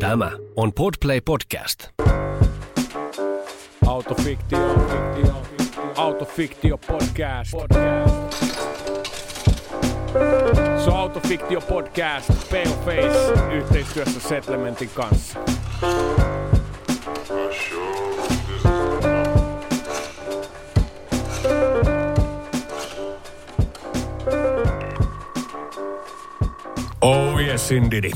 Tämä on Podplay Podcast. Autofiktio podcast. Se on Autofiktio podcast, Paleface yhteistyössä Settlementin kanssa. Oh yes, indeed.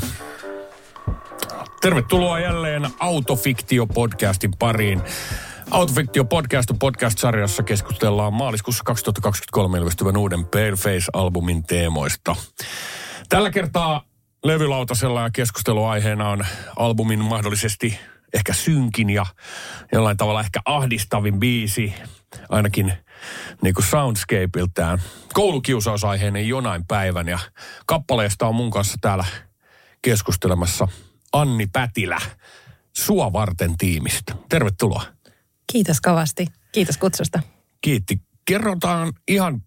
Tervetuloa jälleen Autofiktio-podcastin pariin. Autofiktio-podcast on podcast-sarjassa keskustellaan maaliskuussa 2023 ilmestyvän uuden Paleface-albumin teemoista. Tällä kertaa levylautasella ja keskusteluaiheena on albumin mahdollisesti ehkä synkin ja jollain tavalla ehkä ahdistavin biisi, ainakin niin kuin soundscapeiltään. Koulukiusausaiheinen jonain päivän ja kappaleesta on mun kanssa täällä keskustelemassa Anni Pätilä Sua varten -tiimistä. Tervetuloa. Kiitos kovasti. Kiitos kutsusta. Kiitti. Kerrotaan ihan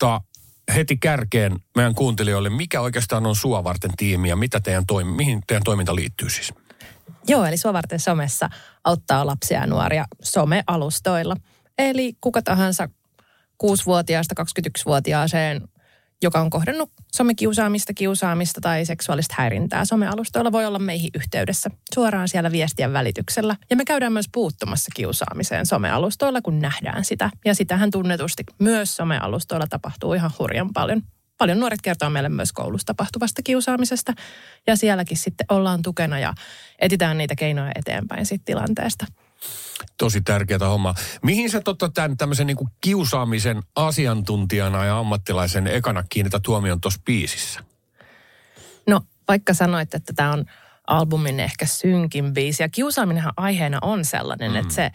heti kärkeen meidän kuuntelijoille, mikä oikeastaan on Sua varten -tiimi ja mihin teidän toiminta liittyy siis? Joo, eli Sua varten somessa auttaa lapsia ja nuoria somealustoilla. Eli kuka tahansa 6-vuotiaasta 21-vuotiaaseen, joka on kohdannut kiusaamista tai seksuaalista häirintää somealustoilla, voi olla meihin yhteydessä suoraan siellä viestien välityksellä. Ja me käydään myös puuttumassa kiusaamiseen somealustoilla, kun nähdään sitä. Ja sitähän tunnetusti myös somealustoilla tapahtuu ihan hurjan paljon. Paljon nuoret kertoo meille myös koulussa tapahtuvasta kiusaamisesta. Ja sielläkin sitten ollaan tukena ja etsitään niitä keinoja eteenpäin siitä tilanteesta. Tosi tärkeää hommaa. Mihin sä tämän tämmöisen niin kuin kiusaamisen asiantuntijana ja ammattilaisen ekana kiinnität huomioon tuossa biisissä? No, vaikka sanoit, että tämä on albumin ehkä synkin biisi. Ja kiusaaminenhan aiheena on sellainen, että se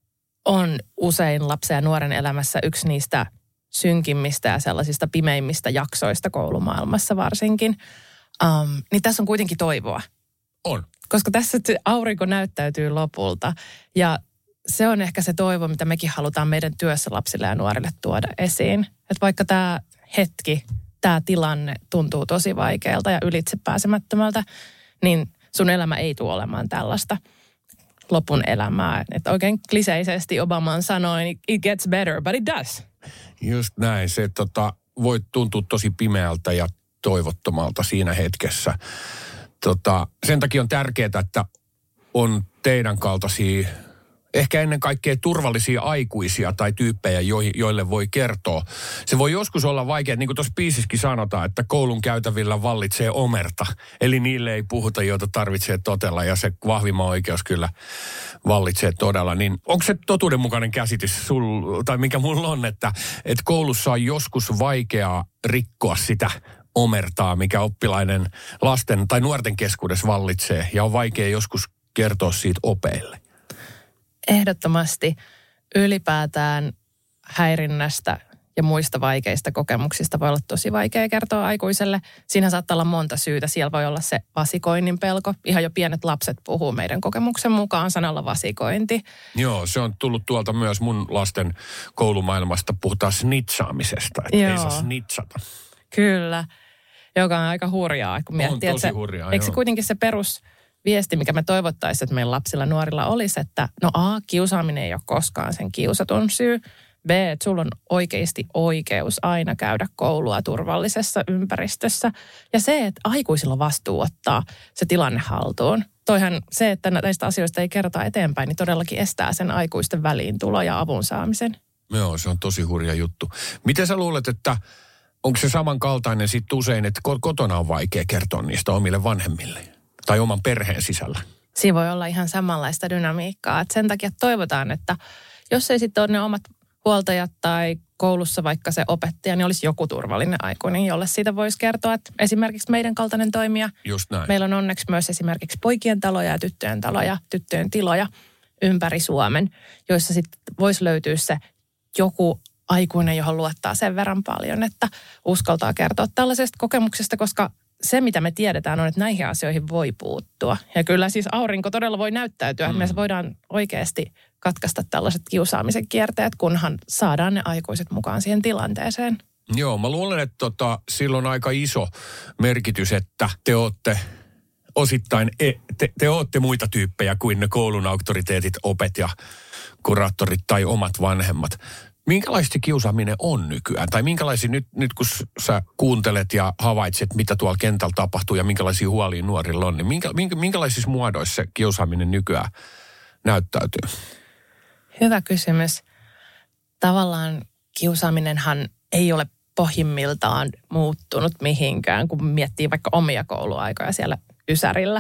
on usein lapsen ja nuoren elämässä yksi niistä synkimmistä ja sellaisista pimeimmistä jaksoista koulumaailmassa varsinkin. Niin tässä on kuitenkin toivoa. On. Koska tässä aurinko näyttäytyy lopulta ja se on ehkä se toivo, mitä mekin halutaan meidän työssä lapsille ja nuorille tuoda esiin. Että vaikka tämä hetki, tämä tilanne tuntuu tosi vaikealta ja ylitsepääsemättömältä, niin sun elämä ei tule olemaan tällaista lopun elämää. Että oikein kliseisesti Obama sanoi, it gets better, but it does. Just näin. Se voi tuntua tosi pimeältä ja toivottomalta siinä hetkessä. Sen takia on tärkeää, että on teidän kaltaisia, ehkä ennen kaikkea turvallisia aikuisia tai tyyppejä, joille voi kertoa. Se voi joskus olla vaikeaa, niin kuin tuossa biisissäkin sanotaan, että koulun käytävillä vallitsee omerta. Eli niille ei puhuta, joita tarvitsee totella, ja se vahvimma oikeus kyllä vallitsee todella. Niin onko se totuudenmukainen käsitys tai mikä mulla on, että koulussa on joskus vaikeaa rikkoa sitä omertaa, mikä oppilaiden lasten tai nuorten keskuudessa vallitsee, ja on vaikea joskus kertoa siitä opeille? Ehdottomasti ylipäätään häirinnästä ja muista vaikeista kokemuksista voi olla tosi vaikea kertoa aikuiselle. Siinä saattaa olla monta syytä. Siellä voi olla se vasikoinnin pelko. Ihan jo pienet lapset puhuu meidän kokemuksen mukaan sanalla vasikointi. Joo, se on tullut tuolta myös mun lasten koulumaailmasta. Puhutaan snitsaamisesta, että ei saa snitsata. Kyllä, joka on aika hurjaa, kun miettii, on tosi hurjaa, eikö se kuitenkin se perusviesti, mikä me toivottaisiin, että meidän lapsilla ja nuorilla olisi, että no A, kiusaaminen ei ole koskaan sen kiusatun syy. B, että sulla on oikeasti oikeus aina käydä koulua turvallisessa ympäristössä. Ja C, että aikuisilla on vastuu ottaa se tilanne haltuun. Toihan se, että näistä asioista ei kerrota eteenpäin, niin todellakin estää sen aikuisten väliintulo ja avun saamisen. Joo, se on tosi hurja juttu. Miten sä luulet, että onko se samankaltainen sitten usein, että kotona on vaikea kertoa niistä omille vanhemmille tai oman perheen sisällä? Siinä voi olla ihan samanlaista dynamiikkaa. Että sen takia toivotaan, että jos ei sitten ole ne omat huoltajat tai koulussa vaikka se opettaja, niin olisi joku turvallinen aikuinen, jolle siitä voisi kertoa. Että esimerkiksi meidän kaltainen toimija. Just näin. Meillä on onneksi myös esimerkiksi poikien taloja ja tyttöjen tiloja ympäri Suomen, joissa sitten voisi löytyä se joku aikuinen, johon luottaa sen verran paljon, että uskaltaa kertoa tällaisesta kokemuksesta, koska se, mitä me tiedetään, on, että näihin asioihin voi puuttua. Ja kyllä siis aurinko todella voi näyttäytyä, että me voidaan oikeasti katkaista tällaiset kiusaamisen kierteet, kunhan saadaan ne aikuiset mukaan siihen tilanteeseen. Joo, mä luulen, että sillä on aika iso merkitys, että te olette osittain, te ootte muita tyyppejä kuin ne koulun auktoriteetit, opet ja kuraattorit tai omat vanhemmat. Minkälaista kiusaaminen on nykyään? Tai minkälaisia, nyt kun sä kuuntelet ja havaitset, mitä tuolla kentällä tapahtuu ja minkälaisia huolia nuorilla on, niin minkälaisissa muodoissa se kiusaaminen nykyään näyttäytyy? Hyvä kysymys. Tavallaan kiusaaminenhan ei ole pohjimmiltaan muuttunut mihinkään, kun miettii vaikka omia kouluaikoja siellä Ysärillä.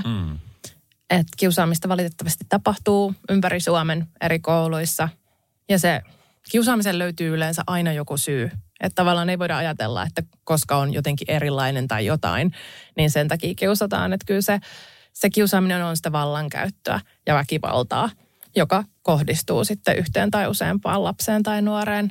Et kiusaamista valitettavasti tapahtuu ympäri Suomen eri kouluissa. Ja se kiusaamisen löytyy yleensä aina joku syy. Että tavallaan ei voida ajatella, että koska on jotenkin erilainen tai jotain, niin sen takia kiusataan. Että kyllä se kiusaaminen on sitä vallankäyttöä ja väkivaltaa, joka kohdistuu sitten yhteen tai useampaan lapseen tai nuoreen.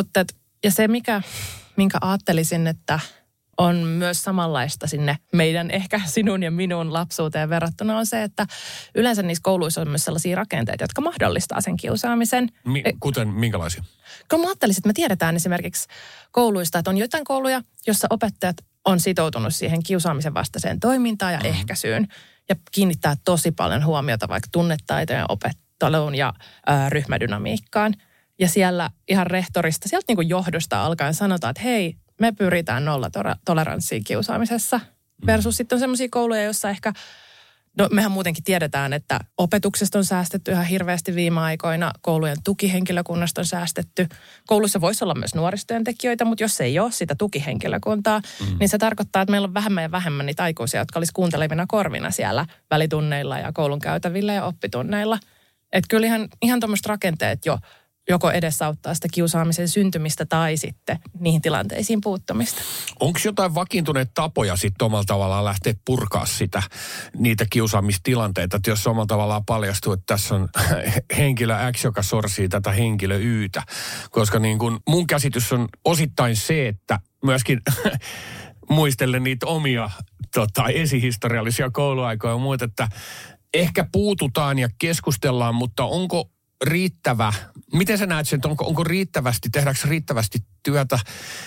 Ja se, minkä ajattelisin, että on myös samanlaista sinne meidän ehkä sinun ja minun lapsuuteen verrattuna on se, että yleensä niissä kouluissa on myös sellaisia rakenteita, jotka mahdollistaa sen kiusaamisen. Kuten minkälaisia? Kun mä ajattelisin, että me tiedetään esimerkiksi kouluista, että on joitain kouluja, jossa opettajat on sitoutunut siihen kiusaamisen vastaiseen toimintaan ja ehkäisyyn ja kiinnittää tosi paljon huomiota vaikka tunnetaitojen opetteluun ja ryhmädynamiikkaan. Ja siellä ihan rehtorista, sieltä niin kuin johdosta alkaen sanotaan, että hei, me pyritään nollatoleranssiin kiusaamisessa. Versus sitten on sellaisia kouluja, joissa ehkä, no mehän muutenkin tiedetään, että opetuksesta on säästetty ihan hirveästi viime aikoina. Koulujen tukihenkilökunnasta on säästetty. Kouluissa voisi olla myös nuorisotyöntekijöitä, mutta jos ei ole sitä tukihenkilökuntaa, niin se tarkoittaa, että meillä on vähemmän ja vähemmän niitä aikuisia, jotka olisi kuuntelevina korvina siellä välitunneilla ja koulun käytävillä ja oppitunneilla. Että kyllä ihan tuommoiset rakenteet jo joko edesauttaa sitä kiusaamisen syntymistä tai sitten niihin tilanteisiin puuttumista. Onko jotain vakiintuneita tapoja sitten omalla tavallaan lähteä purkaa niitä kiusaamistilanteita, että jos omalla tavallaan paljastuu, että tässä on henkilö X, joka sorsii tätä henkilö Ytä, koska niin kun mun käsitys on osittain se, että myöskin muistellen niitä omia esihistoriallisia kouluaikoja ja muuta, että ehkä puututaan ja keskustellaan, mutta onko riittävä, miten sä näet sen, onko riittävästi, tehdäänkö riittävästi työtä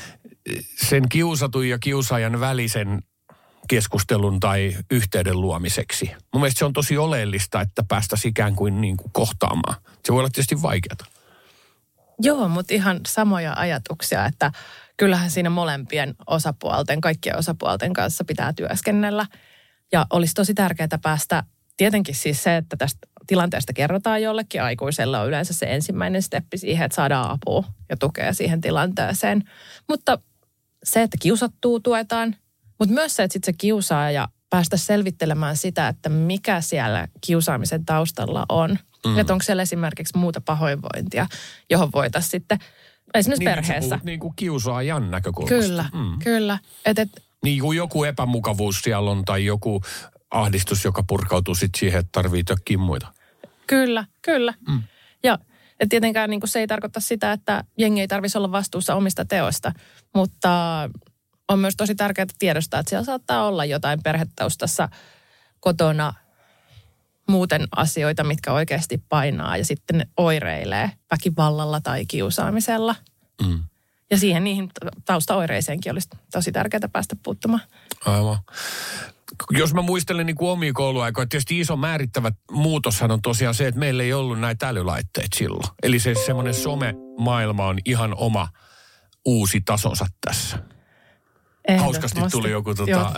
sen kiusatun ja kiusaajan välisen keskustelun tai yhteyden luomiseksi? Mun mielestä se on tosi oleellista, että päästäisiin ikään kuin, kohtaamaan. Se voi olla tietysti vaikeaa. Joo, mutta ihan samoja ajatuksia, että kyllähän siinä molempien osapuolten, kaikkien osapuolten kanssa pitää työskennellä. Ja olisi tosi tärkeää päästä, tietenkin siis se, että tästä tilanteesta kerrotaan jollekin aikuiselle on yleensä se ensimmäinen steppi siihen, että saadaan apua ja tukea siihen tilanteeseen. Mutta se, että kiusattua tuetaan, mutta myös se, että sitten se kiusaa ja päästä selvittelemään sitä, että mikä siellä kiusaamisen taustalla on. Että onko siellä esimerkiksi muuta pahoinvointia, johon voitaisiin sitten esimerkiksi perheessä. Niin kuin kiusaajan näkökulmasta. Kyllä. Niin kuin joku epämukavuus siellä on tai joku ahdistus, joka purkautuu sitten siihen, että tarvii tökkiä muita. Kyllä. Ja tietenkään niin kuin se ei tarkoita sitä, että jengi ei tarvitsisi olla vastuussa omista teoista, mutta on myös tosi tärkeää tiedostaa, että siellä saattaa olla jotain perhetaustassa kotona muuten asioita, mitkä oikeasti painaa ja sitten ne oireilee väkivallalla tai kiusaamisella. Ja niihin taustaoireiseenkin olisi tosi tärkeää päästä puuttumaan. Aivan. Jos mä muistelen niin kuin omia kouluaikoja, tietysti iso määrittävä muutoshan on tosiaan se, että meillä ei ollut näitä älylaitteita silloin. Eli se semmoinen somemaailma on ihan oma uusi tasonsa tässä. Hauskasti tuli joku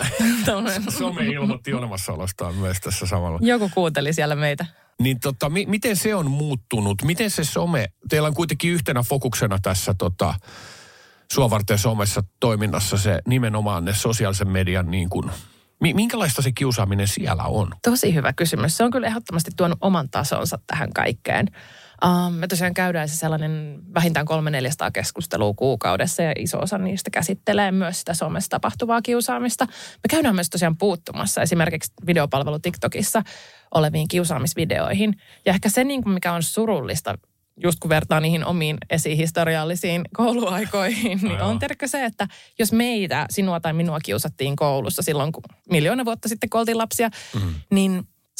some ilmoitti olemassaolostaan myös tässä samalla. Joku kuunteli siellä meitä. Niin miten se on muuttunut? Miten se some, teillä on kuitenkin yhtenä fokuksena tässä Suovarteen somessa toiminnassa se nimenomaan ne sosiaalisen median niin kuin, minkälaista se kiusaaminen siellä on? Tosi hyvä kysymys. Se on kyllä ehdottomasti tuonut oman tasonsa tähän kaikkeen. Me tosiaan käydään se sellainen vähintään 300-400 keskustelua kuukaudessa ja iso osa niistä käsittelee myös sitä somessa tapahtuvaa kiusaamista. Me käydään myös tosiaan puuttumassa esimerkiksi videopalvelu TikTokissa oleviin kiusaamisvideoihin. Ja ehkä se, mikä on surullista, just kun vertaa niihin omiin esihistoriallisiin kouluaikoihin, niin on tiedätkö se, että jos sinua tai minua kiusattiin koulussa silloin, kun 1 000 000 vuotta sitten kun oltiin lapsia, niin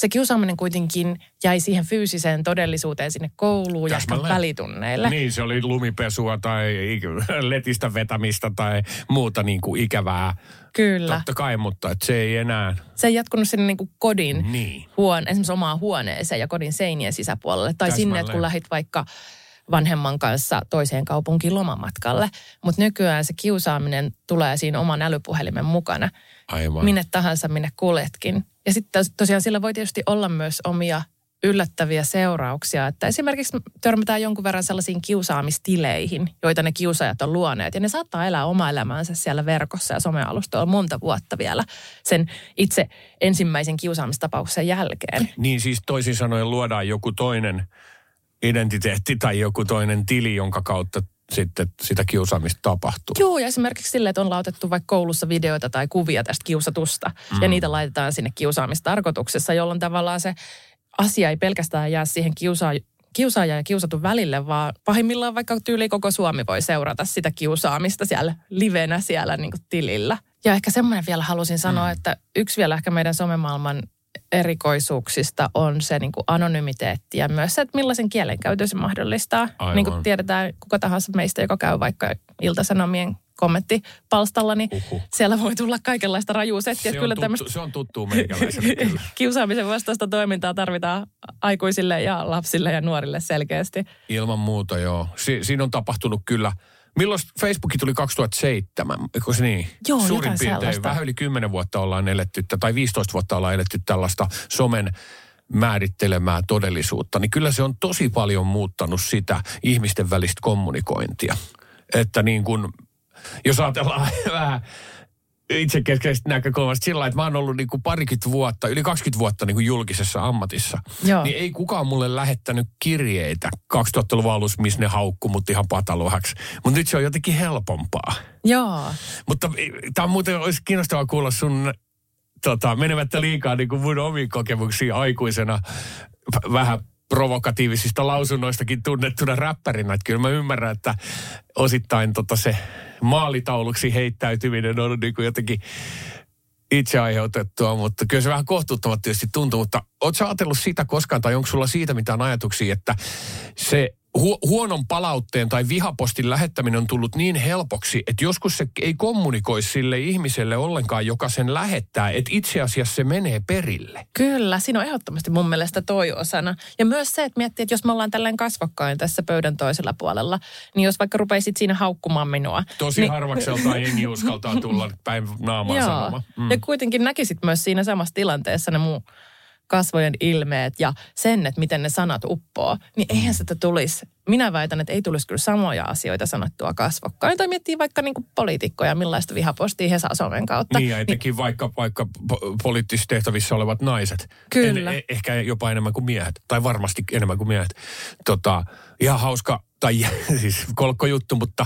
se kiusaaminen kuitenkin jäi siihen fyysiseen todellisuuteen sinne kouluun ja välitunneille. Niin, se oli lumipesua tai letistä vetämistä tai muuta niin kuin ikävää. Kyllä. Totta kai, mutta että se ei enää. Se ei jatkunut sinne niin kuin kodin, esimerkiksi omaan huoneeseen ja kodin seinien sisäpuolelle. Tai sinne, että kun lähdit vaikka vanhemman kanssa toiseen kaupunkiin lomamatkalle. Mutta nykyään se kiusaaminen tulee siinä oman älypuhelimen mukana. Aivan. Minne tahansa, minne kuljetkin. Ja sitten tosiaan sillä voi tietysti olla myös omia yllättäviä seurauksia. Että esimerkiksi törmätään jonkun verran sellaisiin kiusaamistileihin, joita ne kiusaajat on luoneet. Ja ne saattaa elää oma elämänsä siellä verkossa ja somealustoilla monta vuotta vielä sen itse ensimmäisen kiusaamistapauksen jälkeen. Niin siis toisin sanoen luodaan joku toinen identiteetti tai joku toinen tili, jonka kautta sitten sitä kiusaamista tapahtuu. Joo, ja esimerkiksi silleen, että on lautettu vaikka koulussa videoita tai kuvia tästä kiusatusta. Ja niitä laitetaan sinne kiusaamistarkoituksessa, jolloin tavallaan se asia ei pelkästään jää siihen kiusaajan ja kiusatun välille, vaan pahimmillaan vaikka tyyli koko Suomi voi seurata sitä kiusaamista siellä livenä siellä niin kuin tilillä. Ja ehkä semmoinen vielä halusin sanoa, että yksi vielä ehkä meidän somemaailman erikoisuuksista on se niin kuin anonymiteetti ja myös se, että millaisen kielenkäytön se mahdollistaa. Aivan. Niin kuin tiedetään, kuka tahansa meistä, joka käy vaikka Ilta-Sanomien kommenttipalstalla, niin siellä voi tulla kaikenlaista rajuusettiä. Se on tuttua meikäläiselle kyllä. Kiusaamisen vastaista toimintaa tarvitaan aikuisille ja lapsille ja nuorille selkeästi. Ilman muuta, joo. Siinä on tapahtunut kyllä. Milloin Facebook tuli 2007, eikö se niin? Joo, suurin piirtein sellaista. Vähän yli 10 vuotta ollaan eletty, tai 15 vuotta ollaan eletty tällaista somen määrittelemää todellisuutta. Niin kyllä se on tosi paljon muuttanut sitä ihmisten välistä kommunikointia. Että niin kuin, jos ajatellaan vähän itsekeskeisestä näkökulmasta sillä lailla, että mä oon ollut niin kuin parikymmentä vuotta, yli 20 vuotta niin kuin julkisessa ammatissa. Joo. Niin ei kukaan mulle lähettänyt kirjeitä 2000-luvun alussa, missä ne haukku mut ihan pataluhaksi. Mutta nyt se on jotenkin helpompaa. Joo. Mutta tämä muuten olisi kiinnostavaa kuulla sun menemättä liikaa niin kuin mun omiin kokemuksiin aikuisena vähän provokatiivisista lausunnoistakin tunnettuna räppärinä. Että kyllä mä ymmärrän, että osittain se maalitauluksi heittäytyminen on niin kuin jotenkin itse aiheutettua, mutta kyllä se vähän kohtuuttomat tietysti tuntuu. Mutta ootko sä ajatellut sitä koskaan, tai onko sulla siitä mitään ajatuksia, että se huonon palautteen tai vihapostin lähettäminen on tullut niin helpoksi, että joskus se ei kommunikoi sille ihmiselle ollenkaan, joka sen lähettää, että itse asiassa se menee perille. Kyllä, siinä on ehdottomasti mun mielestä toi osana. Ja myös se, että miettii, että jos me ollaan tällainen kasvokkain tässä pöydän toisella puolella, niin jos vaikka rupeisit siinä haukkumaan minua. Tosi niin harvakseltaan jengi uskaltaa tulla päin naamaan sanomaan. Ja kuitenkin näkisit myös siinä samassa tilanteessa ne mun kasvojen ilmeet ja sen, että miten ne sanat uppoo, niin eihän sitä tulisi. Minä väitän, että ei tulisi kyllä samoja asioita sanottua kasvokkain. Tai miettii vaikka niin kuin poliitikkoja, millaista vihapostia he saa somen kautta. Niin, ja etenkin vaikka poliittisissa tehtävissä olevat naiset. Kyllä. Ehkä jopa enemmän kuin miehet. Tai varmasti enemmän kuin miehet. Ihan hauska, tai siis kolkko juttu, mutta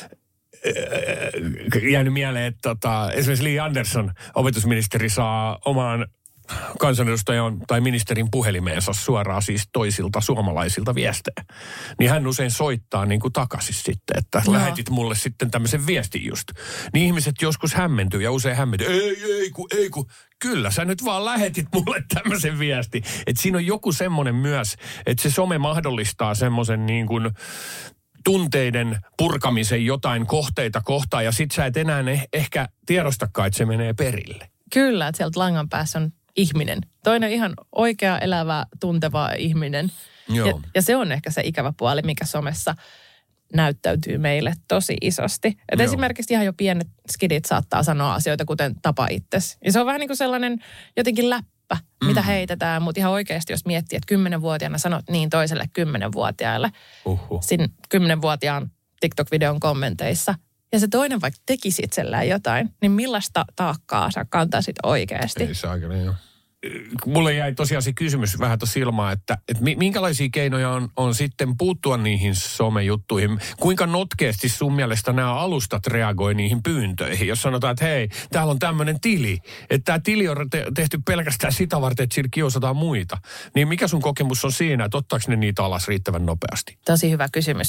jäänyt mieleen, että esimerkiksi Li Andersson, opetusministeri, saa omaan kansanedustajan tai ministerin puhelimeensa suoraan siis toisilta suomalaisilta viestejä. Niin hän usein soittaa niin kuin takaisin sitten, että lähetit mulle sitten tämmöisen viestin just. Niin ihmiset joskus hämmentyy ja usein hämmentyy. Ei kun, kyllä sä nyt vaan lähetit mulle tämmöisen viestin. Että siinä on joku semmoinen myös, että se some mahdollistaa semmoisen niin kuin tunteiden purkamisen jotain kohteita kohtaan ja sit sä et enää ehkä tiedostakaan, että se menee perille. Kyllä, että sieltä langan päässä on ihminen. Toinen ihan oikea, elävä, tunteva ihminen. Joo. Ja se on ehkä se ikävä puoli, mikä somessa näyttäytyy meille tosi isosti. Et esimerkiksi ihan jo pienet skidit saattaa sanoa asioita, kuten tapa itsesi. Ja se on vähän niin kuin sellainen jotenkin läppä, mitä heitetään. Mutta ihan oikeasti, jos miettii, että 10-vuotiaana sanot niin toiselle 10-vuotiaille. Siinä 10-vuotiaan TikTok-videon kommenteissa. Ja se toinen vaikka tekisi itsellään jotain, niin millaista taakkaa sä kantaisit oikeasti? Ei se aika niin. Mulle jäi tosiaan se kysymys vähän tuossa ilmaan, että minkälaisia keinoja on sitten puuttua niihin somejuttuihin? Kuinka notkeasti sun mielestä nämä alustat reagoi niihin pyyntöihin? Jos sanotaan, että hei, täällä on tämmöinen tili, että tämä tili on tehty pelkästään sitä varten, että sillä kiusataan muita. Niin mikä sun kokemus on siinä, että ottaako ne niitä alas riittävän nopeasti? Tosi hyvä kysymys.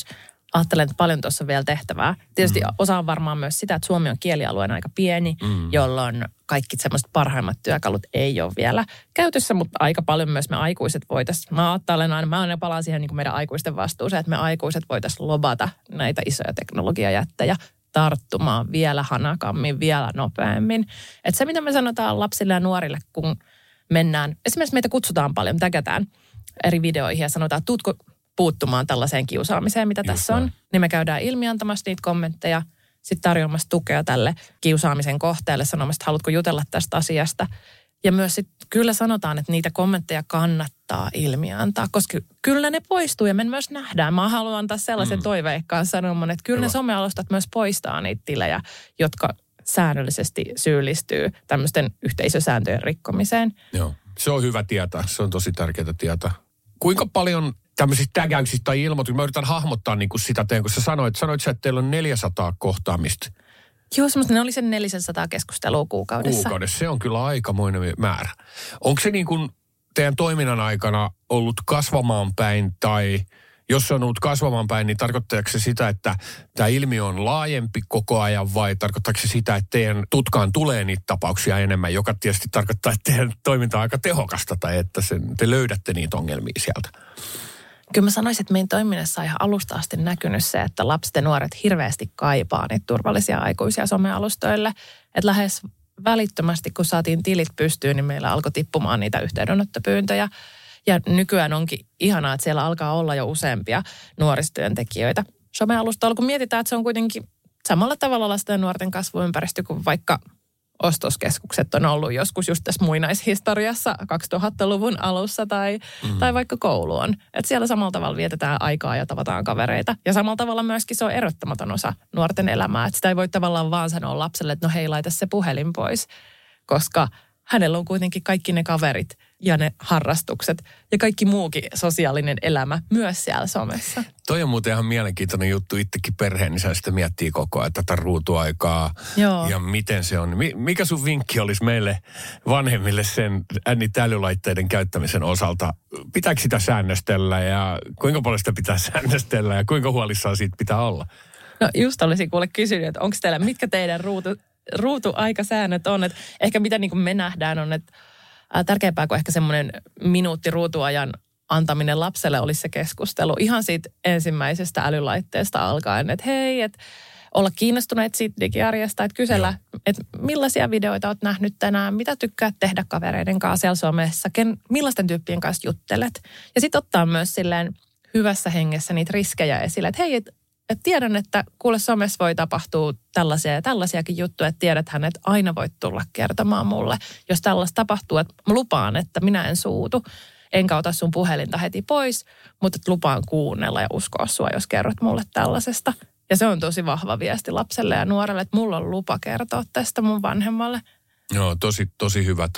ajattelen, että paljon tuossa on vielä tehtävää. Tietysti osa on varmaan myös sitä, että Suomi on kielialueen aika pieni, jolloin kaikki semmoiset parhaimmat työkalut ei ole vielä käytössä, mutta aika paljon myös me aikuiset voitaisiin. Mä aina palaan siihen niin kuin meidän aikuisten vastuuseen, että me aikuiset voitaisiin lobata näitä isoja teknologiajättejä tarttumaan vielä hanakammin, vielä nopeammin. Että se, mitä me sanotaan lapsille ja nuorille, kun mennään, esimerkiksi meitä kutsutaan paljon, tägätään eri videoihin ja sanotaan, että tuutko puuttumaan tällaiseen kiusaamiseen, mitä tässä on, niin me käydään ilmiantamassa niitä kommentteja, sitten tarjoamassa tukea tälle kiusaamisen kohteelle, sanomassa, että haluatko jutella tästä asiasta. Ja myös sitten kyllä sanotaan, että niitä kommentteja kannattaa ilmiantaa, koska kyllä ne poistuu ja me myös nähdään. Mä haluan antaa sellaisen toiveikkaan sanomaan, että kyllä ne somealustat myös poistaa niitä tilejä, jotka säännöllisesti syyllistyy tämmöisten yhteisösääntöjen rikkomiseen. Joo, se on hyvä tietää. Se on tosi tärkeää tietää. Kuinka paljon tämmöisistä tägäyksistä tai ilmoituksista, mä yritän hahmottaa niin kuin sitä tein, kun sä sanoit sä, että teillä on 400 kohtaamista. Joo, semmoista, ne oli sen 400 keskustelua kuukaudessa. Se on kyllä aikamoinen määrä. Onko se niin kuin teidän toiminnan aikana ollut kasvamaan päin, tai jos se on ollut kasvamaan päin, niin tarkoittaako se sitä, että tämä ilmiö on laajempi koko ajan, vai tarkoittaako se sitä, että teidän tutkaan tulee niitä tapauksia enemmän, joka tietysti tarkoittaa, että teidän toiminta on aika tehokasta, tai että te löydätte niitä ongelmia sieltä? Kyllä mä sanoisin, että meidän toiminnassa on ihan alusta asti näkynyt se, että lapset ja nuoret hirveästi kaipaa niitä turvallisia aikuisia somealustoille. Että lähes välittömästi, kun saatiin tilit pystyyn, niin meillä alkoi tippumaan niitä yhteydenottopyyntöjä. Ja nykyään onkin ihanaa, että siellä alkaa olla jo useampia nuorisotyöntekijöitä somealustoilla, kun mietitään, että se on kuitenkin samalla tavalla lasten ja nuorten kasvuympäristö kuin vaikka ostoskeskukset on ollut joskus just tässä muinaishistoriassa 2000-luvun alussa tai vaikka koulu on. Että siellä samalla tavalla vietetään aikaa ja tavataan kavereita. Ja samalla tavalla myöskin se on erottamaton osa nuorten elämää. Että sitä ei voi tavallaan vaan sanoa lapselle, että no hei, laita se puhelin pois, koska hänellä on kuitenkin kaikki ne kaverit ja ne harrastukset ja kaikki muukin sosiaalinen elämä myös siellä somessa. Toi on muuten ihan mielenkiintoinen juttu. Itsekin perheen sitä miettii koko ajan tätä ruutuaikaa. Joo. Ja miten se on. Mikä sun vinkki olisi meille vanhemmille sen älylaitteiden käyttämisen osalta? Pitääkö sitä säännöstellä ja kuinka paljon sitä pitää säännöstellä ja kuinka huolissaan siitä pitää olla? No just olisin kuule kysynyt, että onko teillä, mitkä teidän ruutuaikasäännöt on? Että ehkä mitä niin kuin me nähdään on, että tärkeämpää kuin ehkä semmoinen minuutti ruutuajan antaminen lapselle olisi se keskustelu. Ihan siitä ensimmäisestä älylaitteesta alkaen, että hei, että olla kiinnostuneet siitä digiarjesta, että kysellä, että millaisia videoita olet nähnyt tänään, mitä tykkäät tehdä kavereiden kanssa siellä somessa, millaisten tyyppien kanssa juttelet. Ja sitten ottaa myös silleen hyvässä hengessä niitä riskejä esille, että hei, että tiedän, että kuule somessa voi tapahtua tällaisia ja tällaisiakin juttuja, että tiedäthän, että aina voit tulla kertomaan mulle. Jos tällaista tapahtuu, että mä lupaan, että minä en suutu, enkä ota sun puhelinta heti pois, mutta lupaan kuunnella ja uskoa sua, jos kerrot mulle tällaisesta. Ja se on tosi vahva viesti lapselle ja nuorelle, että mulla on lupa kertoa tästä mun vanhemmalle. Joo, tosi hyvä,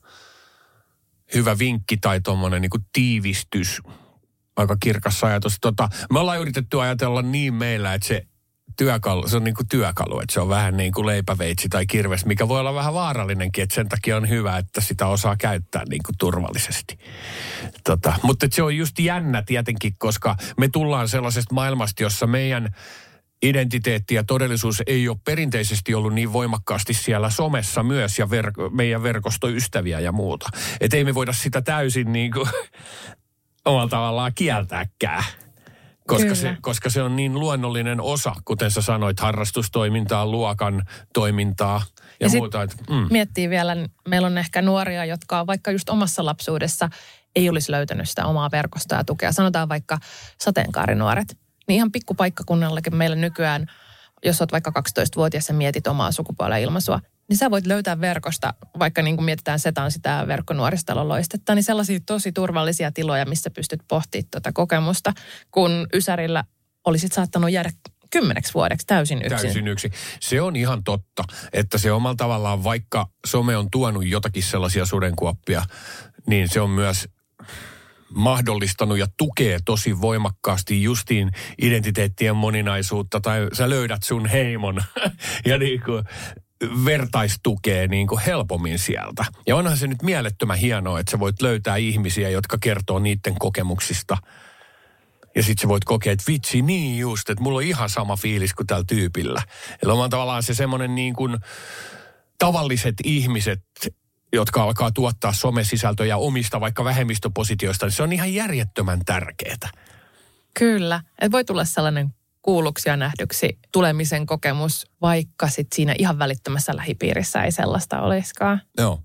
hyvä vinkki tai tommonen niinku tiivistys. Aika kirkas ajatus. Me ollaan yritetty ajatella niin meillä, että se on niin kuin työkalu, että se on vähän niin kuin leipäveitsi tai kirves, mikä voi olla vähän vaarallinenkin, että sen takia on hyvä, että sitä osaa käyttää niin kuin turvallisesti. Mutta se on just jännä tietenkin, koska me tullaan sellaisesta maailmasta, jossa meidän identiteetti ja todellisuus ei ole perinteisesti ollut niin voimakkaasti siellä somessa myös ja meidän verkostoystäviä ja muuta. Että ei me voida sitä täysin niin kuin omalla tavallaan kieltääkään, koska se on niin luonnollinen osa, kuten sä sanoit, harrastustoimintaa, luokan toimintaa ja muuta. Miettii vielä, meillä on ehkä nuoria, jotka vaikka just omassa lapsuudessa ei olisi löytänyt sitä omaa verkostoa ja tukea. Sanotaan vaikka sateenkaarinuoret. Niin ihan pikkupaikkakunnallakin meillä nykyään, jos olet vaikka 12-vuotias ja mietit omaa sukupuolen ilmaisua, niin sä voit löytää verkosta, vaikka niin kuin mietitään Setan sitä verkkonuoristaloloistetta, niin sellaisia tosi turvallisia tiloja, missä pystyt pohtimaan tuota kokemusta, kun Ysärillä olisit saattanut jäädä 10 vuodeksi täysin yksin. Se on ihan totta, että se omalla tavallaan, vaikka some on tuonut jotakin sellaisia sudenkuoppia, niin se on myös mahdollistanut ja tukee tosi voimakkaasti justiin identiteettien moninaisuutta, tai sä löydät sun heimon ja niin kuin vertaistukee niin kuin helpommin sieltä. Ja onhan se nyt mielettömän hienoa, että sä voit löytää ihmisiä, jotka kertoo niiden kokemuksista Ja sit sä voit kokea, että vitsi niin just, että mulla on ihan sama fiilis kuin tällä tyypillä. Eli on tavallaan se semmoinen niin kuin tavalliset ihmiset, jotka alkaa tuottaa somesisältöjä omista vaikka vähemmistöpositioista, niin se on ihan järjettömän tärkeää. Kyllä, että voi tulla sellainen kuulluksi ja nähdyksi tulemisen kokemus, vaikka sit siinä ihan välittömässä lähipiirissä ei sellaista olisikaan. Joo.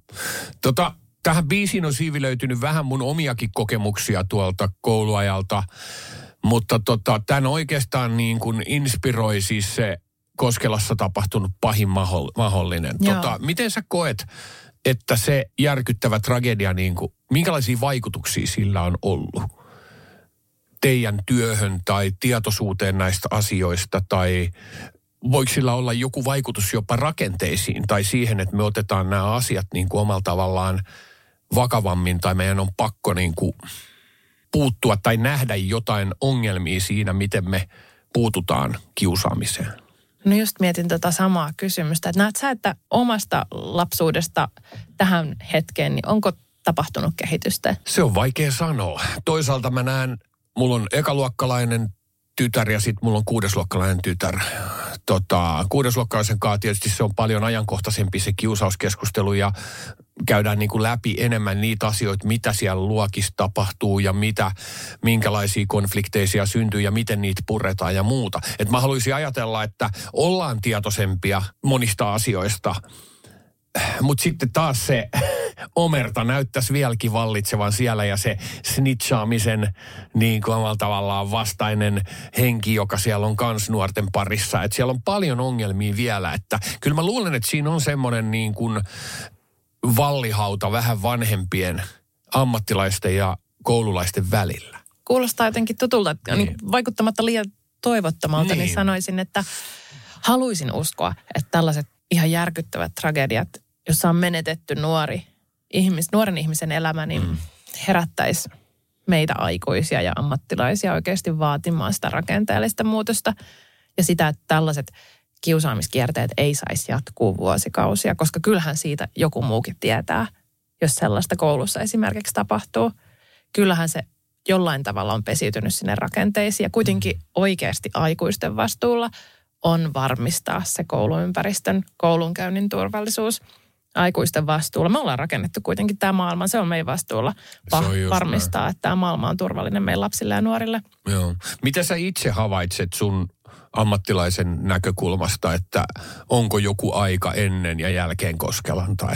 Tähän biisiin on siivilöitynyt vähän mun omiakin kokemuksia tuolta kouluajalta, mutta tämän oikeastaan niin kuin inspiroi siis se Koskelassa tapahtunut pahin mahdollinen. Miten sä koet, että se järkyttävä tragedia, niin kuin, minkälaisia vaikutuksia sillä on ollut teidän työhön tai tietoisuuteen näistä asioista, tai voiko sillä olla joku vaikutus jopa rakenteisiin tai siihen, että me otetaan nämä asiat niin kuin omalla tavallaan vakavammin tai meidän on pakko niin kuin puuttua tai nähdä jotain ongelmia siinä, miten me puututaan kiusaamiseen? No just mietin samaa kysymystä, että näet sä, että omasta lapsuudesta tähän hetkeen, niin onko tapahtunut kehitystä? Se on vaikea sanoa. Toisaalta mä näen, mulla on ekaluokkalainen tytär ja sitten mulla on kuudesluokkalainen tytär. Kuudesluokkalaisen kanssa tietysti se on paljon ajankohtaisempi se kiusauskeskustelu ja käydään niin kuin läpi enemmän niitä asioita, mitä siellä luokissa tapahtuu ja minkälaisia konflikteisia syntyy ja miten niitä puretaan ja muuta. Et mä haluaisin ajatella, että ollaan tietoisempia monista asioista, mutta sitten taas se omerta näyttäisi vieläkin vallitsevan siellä ja se snitchaamisen niin kuin omalla tavallaan vastainen henki, joka siellä on kans nuorten parissa. Että siellä on paljon ongelmia vielä, että kyllä mä luulen, että siinä on semmoinen niin kuin vallihauta vähän vanhempien ammattilaisten ja koululaisten välillä. Kuulostaa jotenkin tutulta, niin vaikuttamatta liian toivottomalta, niin sanoisin, että haluaisin uskoa, että tällaiset ihan järkyttävät tragediat, jossa on menetetty nuoren ihmisen elämä, niin herättäisi meitä aikuisia ja ammattilaisia oikeasti vaatimaan sitä rakenteellista muutosta ja sitä, että tällaiset kiusaamiskierteet ei saisi jatkuu vuosikausia, koska kyllähän siitä joku muukin tietää, jos sellaista koulussa esimerkiksi tapahtuu. Kyllähän se jollain tavalla on pesiytynyt sinne rakenteisiin ja kuitenkin oikeasti aikuisten vastuulla on varmistaa se kouluympäristön, koulunkäynnin turvallisuus aikuisten vastuulla. Me ollaan rakennettu kuitenkin tämä maailma, se on meidän vastuulla varmistaa, että tämä maailma on turvallinen meidän lapsille ja nuorille. Joo. Mitä sä itse havaitset sun ammattilaisen näkökulmasta, että onko joku aika ennen ja jälkeen Koskelan tai?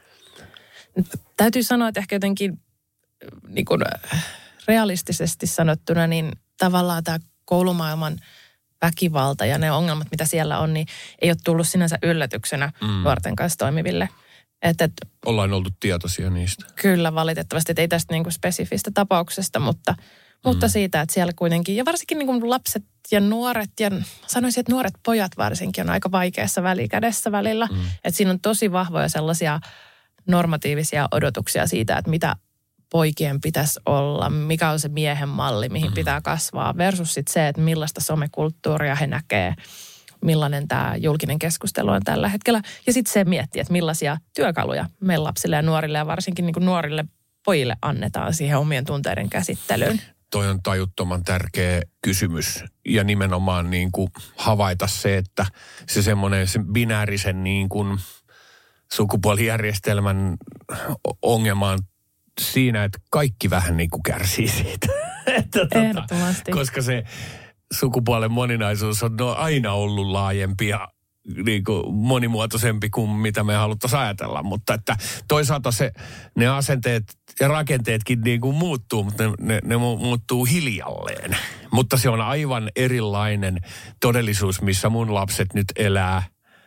Täytyy sanoa, että ehkä jotenkin niin kuin realistisesti sanottuna, niin tavallaan tämä koulumaailman väkivalta ja ne ongelmat, mitä siellä on, niin ei ole tullut sinänsä yllätyksenä nuorten kanssa toimiville. Ollaan oltu tietoisia niistä. Kyllä, valitettavasti. Että ei tästä niin kuin spesifistä tapauksesta, mutta siitä, että siellä kuitenkin, ja varsinkin niin kuin lapset ja nuoret, ja sanoisin, että nuoret pojat varsinkin on aika vaikeassa välikädessä välillä. Että siinä on tosi vahvoja sellaisia normatiivisia odotuksia siitä, että mitä poikien pitäisi olla, mikä on se miehen malli, mihin pitää kasvaa, versus sit se, että millaista somekulttuuria he näkee, millainen tämä julkinen keskustelu on tällä hetkellä. Ja sitten se miettii, että millaisia työkaluja meidän lapsille ja nuorille ja varsinkin niin kuin nuorille pojille annetaan siihen omien tunteiden käsittelyyn. Toi on tajuttoman tärkeä kysymys ja nimenomaan niin kuin havaita se, että se semmoinen se binäärisen niin kuin sukupuolijärjestelmän ongelma on siinä, että kaikki vähän niin kuin kärsii siitä. Ehdottomasti. Koska se sukupuolen moninaisuus on aina ollut laajempi ja niin kuin monimuotoisempi kuin mitä me haluttaisiin ajatella. Mutta että toisaalta ne asenteet ja rakenteetkin niin kuin muuttuu, mutta ne muuttuu hiljalleen. Mutta se on aivan erilainen todellisuus, missä mun lapset nyt elää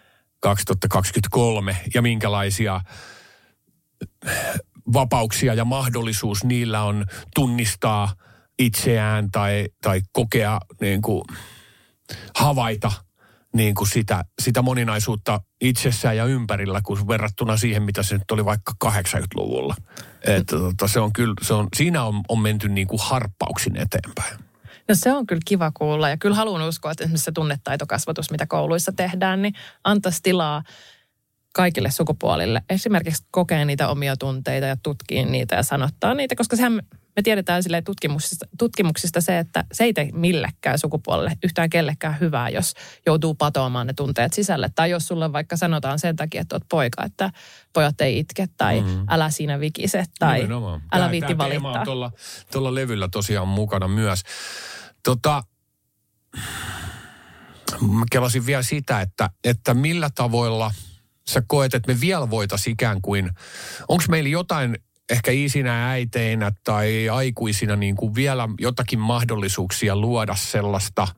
2023 ja minkälaisia vapauksia ja mahdollisuus niillä on tunnistaa itseään tai kokea niin kuin havaita niin kuin sitä moninaisuutta itsessään ja ympärillä, kun verrattuna siihen, mitä se nyt oli vaikka 80-luvulla. Että siinä on menty niin kuin harppauksin eteenpäin. No se on kyllä kiva kuulla ja kyllä haluan uskoa, että esimerkiksi se tunnetaitokasvatus, mitä kouluissa tehdään, niin antaisi tilaa kaikille sukupuolille. Esimerkiksi kokea niitä omia tunteita ja tutkia niitä ja sanottaa niitä, koska sehän me tiedetään silleen tutkimuksista se, että se ei tee millekään sukupuolelle yhtään kellekään hyvää, jos joutuu patoamaan ne tunteet sisälle. Tai jos sulle vaikka sanotaan sen takia, että oot poika, että pojat ei itke tai älä siinä vikise tai nimenomaan. Älä viitti valittaa. Tämä teema on tuolla levyllä tosiaan mukana myös. Mä kelasin vielä sitä, että millä tavoilla sä koet, että me vielä voitaisiin ikään kuin, onko meillä jotain ehkä isinä, äiteinä tai aikuisina niin kuin vielä jotakin mahdollisuuksia luoda sellaista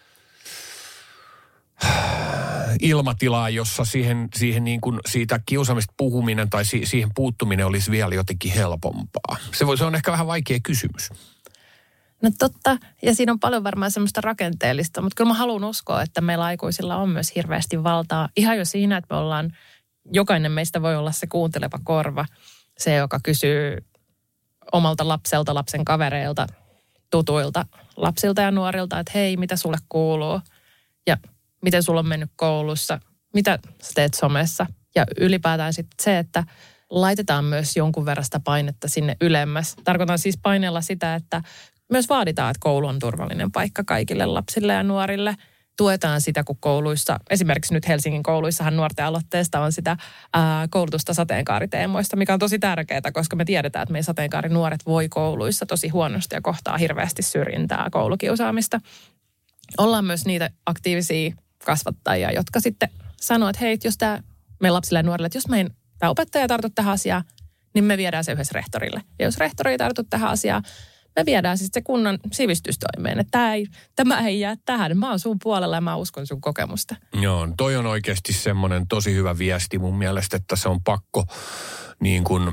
ilmatilaa, jossa siihen niin kuin siitä kiusaamista puhuminen tai siihen puuttuminen olisi vielä jotenkin helpompaa? Se on ehkä vähän vaikea kysymys. No totta, ja siinä on paljon varmaan semmoista rakenteellista, mutta kyllä mä haluan uskoa, että meillä aikuisilla on myös hirveästi valtaa. Ihan jo siinä, että me ollaan, jokainen meistä voi olla se kuunteleva korva, se joka kysyy omalta lapselta, lapsen kavereilta, tutuilta, lapsilta ja nuorilta, että hei, mitä sulle kuuluu ja miten sulla on mennyt koulussa, mitä sä teet somessa. Ja ylipäätään sitten se, että laitetaan myös jonkun verran sitä painetta sinne ylemmäs. Tarkoitan siis paineella sitä, että myös vaaditaan, että koulu on turvallinen paikka kaikille lapsille ja nuorille. Tuetaan sitä, kun kouluissa, esimerkiksi nyt Helsingin kouluissahan nuorten aloitteesta on sitä koulutusta sateenkaariteemoista, mikä on tosi tärkeää, koska me tiedetään, että meidän sateenkaarinuoret voi kouluissa tosi huonosti ja kohtaa hirveästi syrjintää, koulukiusaamista. Ollaan myös niitä aktiivisia kasvattajia, jotka sitten sanoo, että hei, jos meidän lapsille ja nuorille, että jos tämä opettaja ei tartu tähän asiaan, niin me viedään se yhdessä rehtorille. Ja jos rehtori ei tartu tähän asiaan, me viedään siis se kunnan sivistystoimeen, että tämä ei jää tähän. Mä oon sun puolella ja mä uskon sun kokemusta. Joo, toi on oikeasti semmoinen tosi hyvä viesti mun mielestä, että se on pakko niin kuin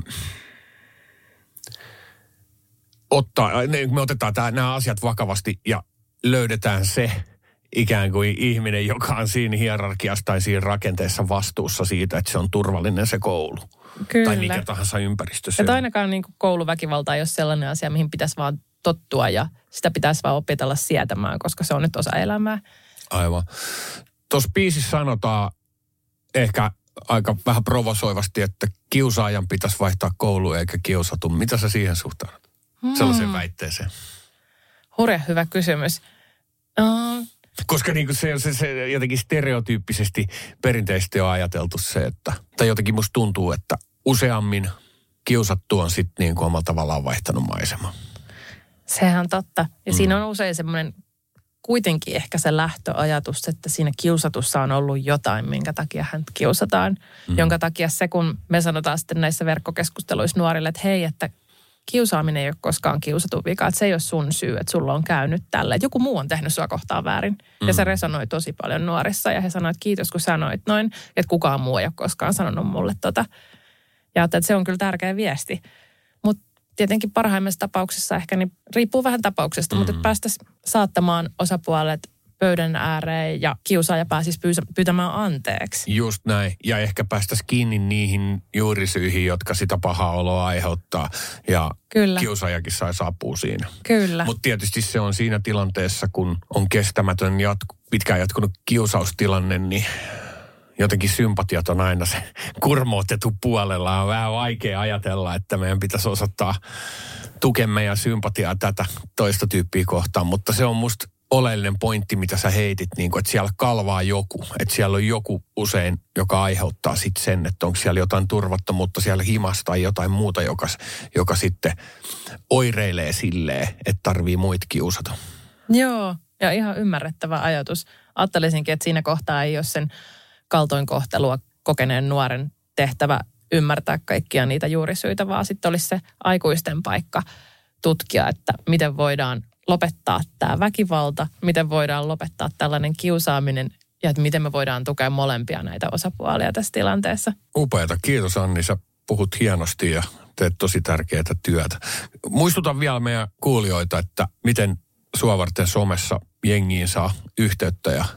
me otetaan nämä asiat vakavasti ja löydetään se ikään kuin ihminen, joka on siinä hierarkiassa tai siinä rakenteessa vastuussa siitä, että se on turvallinen se koulu. Kyllä. Tai mikä tahansa ympäristö se on. on. Ainakaan niin kuin kouluväkivalta ei ole sellainen asia, mihin pitäisi vaan tottua ja sitä pitäisi vaan opetella sietämään, koska se on nyt osa elämää. Aivan. Tuossa biisissä sanotaan ehkä aika vähän provosoivasti, että kiusaajan pitäisi vaihtaa kouluun eikä kiusatun. Mitä sä siihen suhtaudut? Sellaiseen väitteeseen. Hurja hyvä kysymys. Koska niin kuin se jotenkin stereotyyppisesti perinteisesti on ajateltu se, että, tai jotenkin musta tuntuu, että useammin kiusattu on sitten niin kuin omalla tavallaan vaihtanut maisemaa. Sehän on totta. Ja siinä on usein semmoinen kuitenkin ehkä se lähtöajatus, että siinä kiusatussa on ollut jotain, minkä takia häntä kiusataan. Jonka takia se, kun me sanotaan sitten näissä verkkokeskusteluissa nuorille, että hei, että kiusaaminen ei ole koskaan kiusatun vika, että se ei ole sun syy, että sulla on käynyt tällä. Että joku muu on tehnyt sua kohtaan väärin. Ja se resonoi tosi paljon nuorissa. Ja he sanoivat, että kiitos kun sanoit noin, että kukaan muu ei ole koskaan sanonut mulle tota. Ja että se on kyllä tärkeä viesti. Mutta tietenkin parhaimmassa tapauksessa ehkä niin riippuu vähän tapauksesta, mutta että päästäisiin saattamaan osapuolet pöydän ääreen ja kiusaaja pääsisi pyytämään anteeksi. Just näin. Ja ehkä päästäisiin kiinni niihin juurisyihin, jotka sitä pahaa oloa aiheuttaa. Ja kyllä. Kiusaajakin saisi apua siinä. Kyllä. Mutta tietysti se on siinä tilanteessa, kun on kestämätön pitkään jatkunut kiusaustilanne, niin jotenkin sympatiat on aina se kurmootettu puolella. On vähän vaikea ajatella, että meidän pitäisi osoittaa tukemme ja sympatiaa tätä toista tyyppiä kohtaan. Mutta se on musta oleellinen pointti, mitä sä heitit, niin kun, että siellä kalvaa joku. Että siellä on joku usein, joka aiheuttaa sitten sen, että onko siellä jotain turvattomuutta siellä himassa tai jotain muuta, joka sitten oireilee silleen, että tarvii muita kiusata. Joo, ja ihan ymmärrettävä ajatus. Ajattelisinkin, että siinä kohtaa ei ole sen kaltoinkohtelua kokeneen nuoren tehtävä ymmärtää kaikkia niitä juurisyitä, vaan sitten olisi se aikuisten paikka tutkia, että miten voidaan lopettaa tämä väkivalta, miten voidaan lopettaa tällainen kiusaaminen ja että miten me voidaan tukea molempia näitä osapuolia tässä tilanteessa. Upeata. Kiitos Anni, sä puhut hienosti ja teet tosi tärkeää työtä. Muistutan vielä meidän kuulijoita, että miten varten somessa jengiin saa yhteyttä ja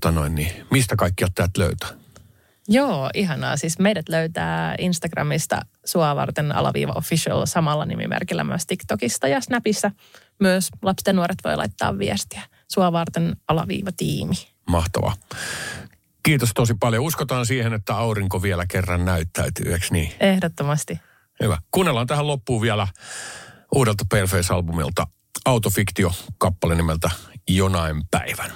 mistä kaikki täältä löytää? Joo, ihanaa. Siis meidät löytää Instagramista @official samalla nimimerkillä myös TikTokista ja Snapissa. Myös lapset ja nuoret voi laittaa viestiä. @tiimi. Mahtavaa. Kiitos tosi paljon. Uskotaan siihen, että aurinko vielä kerran näyttäytyy, eikö niin? Ehdottomasti. Hyvä. Kuunnellaan tähän loppuun vielä uudelta Paleface-albumilta Autofiktio-kappale nimeltä Jonain päivän.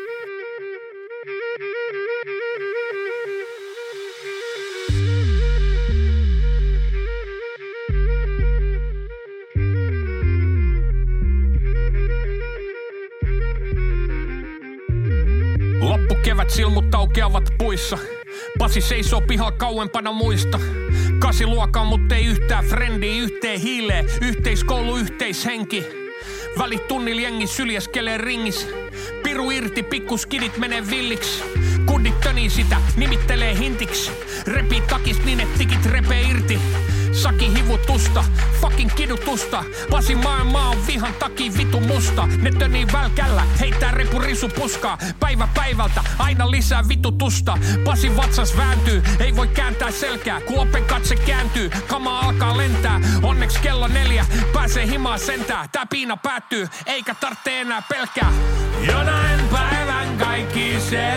Loppukevät silmut aukeavat puissa. Pasi seisoo pihalla kauempana muista. 8-luokkaa, mut ei yhtään frendiä, yhteen hiileen. Yhteiskoulu, yhteishenki. Välit tunnil jengi syljeskelee ringis. Piru irti, pikkuskidit menee villiks. Kundit tönii sitä, nimittelee hintiksi. Repii takist niin et tikit repee irti. Saki hivutusta, fucking kidutusta. Pasi maailma on vihan takia vitu musta. Ne tönii välkällä, heittää repu risu puskaa. Päivä päivältä, aina lisää vitutusta. Pasi vatsas vääntyy, ei voi kääntää selkää. Kuopen katse kääntyy, kama alkaa lentää. Onneks kello 4, pääsee himaa sentää. Tää piina päättyy, eikä tarvitse enää pelkää. Jonain päivän kaikki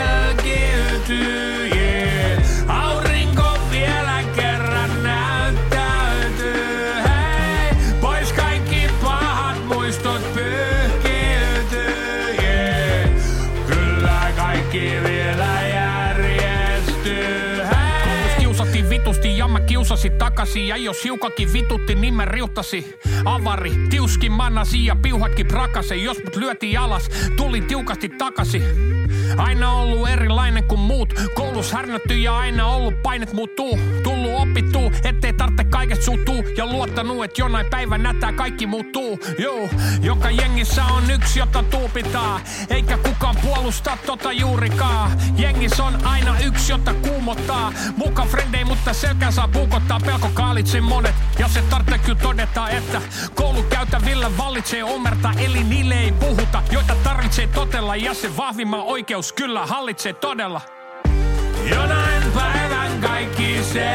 selkiytyy, yeah. Aurinko vielä kerran näyttäytyy, hei. Pois kaikki pahat muistot pyyhkiytyy, yeah. Kyllä kaikki vielä järjestyy, hei. Koulussa kiusattiin vitusti ja mä kiusasin takaisin. Ja jos hiukakin vitutti, niin mä riuttasi. Avari, tiuskin mannasi ja piuhatkin prakasi. Jos mut lyötiin alas, tulin tiukasti takaisin. Aina ollut erilainen kuin muut. Koulus härnätty ja aina ollut painet muuttuu. Tullut opittuu, ettei tarvitse kaikesta suuttuu. Ja luottanut, et jonain päivänä tää kaikki muuttuu. Joo, joka jengissä on yksi, jota tuupitaa. Eikä kukaan puolusta tota juurikaan. Jengissä on aina yksi, jota kuumottaa. Muka frendei, mutta selkään saa puukottaa. Pelko kaalitsee monet, ja se tarvitsee kyllä todeta, että koulukäytävillä vallitsee omerta. Eli niille ei puhuta, joita tarvitsee totella. Ja se vahvimman oikeus kyllä hallitsee todella. Jonain päivän kaikki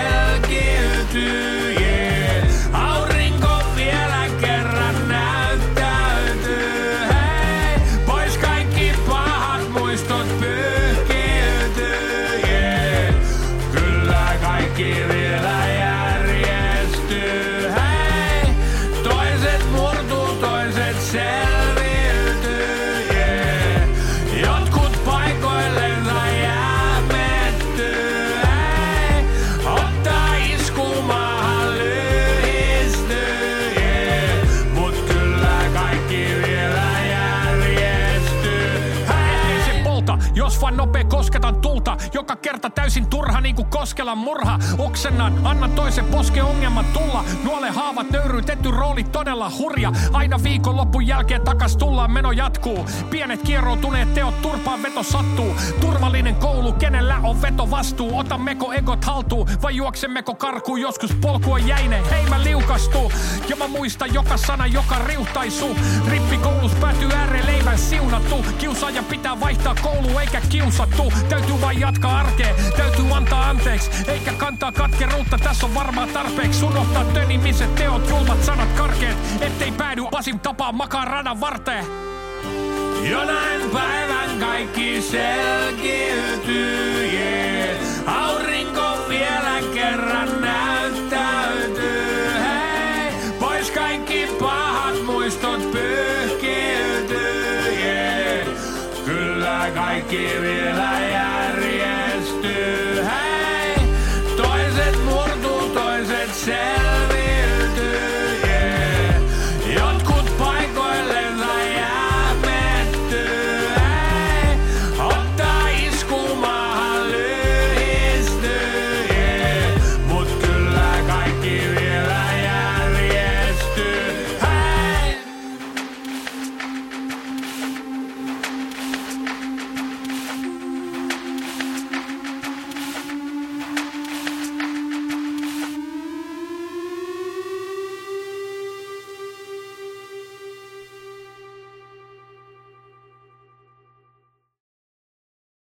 selkiytyy, yeah. Aurinko vielä kerran näyttäytyy, hei. Pois kaikki pahat muistot pyyhkiytyy, yeah. Kyllä kaikki vielä järjestyy, hei. Toiset murtuu, toiset selviytyy, yeah. Jotkut paikoillensa jäämettyy, hei. Ottaa isku maahan lyhistyy, yeah. Mut kyllä kaikki vielä järjestyy, hei. Ei se polta, jos vaan nopee kosketan tulta. Joka kerta täysin turha niinku Koskelan murha. Oksennan, anna toisen poske ongelmat tulla. Nuole haavat nöyryytetty rooli todella hurja. Aina viikonlopun jälkeen takas tullaan, meno jatkuu. Pienet kieroutuneet teot turpaan veto sattuu. Turvallinen koulu, kenellä on veto vastuu. Otammeko egot haltuun vai juoksemmeko karkuun? Joskus polku on jäinen, hei mä liukastuu. Ja mä muistan joka sana, joka riuhtaisu. Rippikoulus päätyy ääreen leivän siunattu. Kiusaaja pitää vaihtaa koulu eikä kiusattu. Täytyy vain jatkaa arkea, täytyy antaa anteeksi. Eikä kantaa katkeruutta, tässä on varmaan tarpeeksi. Unohtaa tönimiset teot, julmat sanat karkeet. Ettei päädy Pasin tapaa makaa radan varteen. Jonain päivän kaikki selkiytyy, yeah. Aurinko vielä kerran näyttäytyy, hei. Pois kaikki pahat muistot pyyhkiytyy, yeah. Kyllä kaikki vielä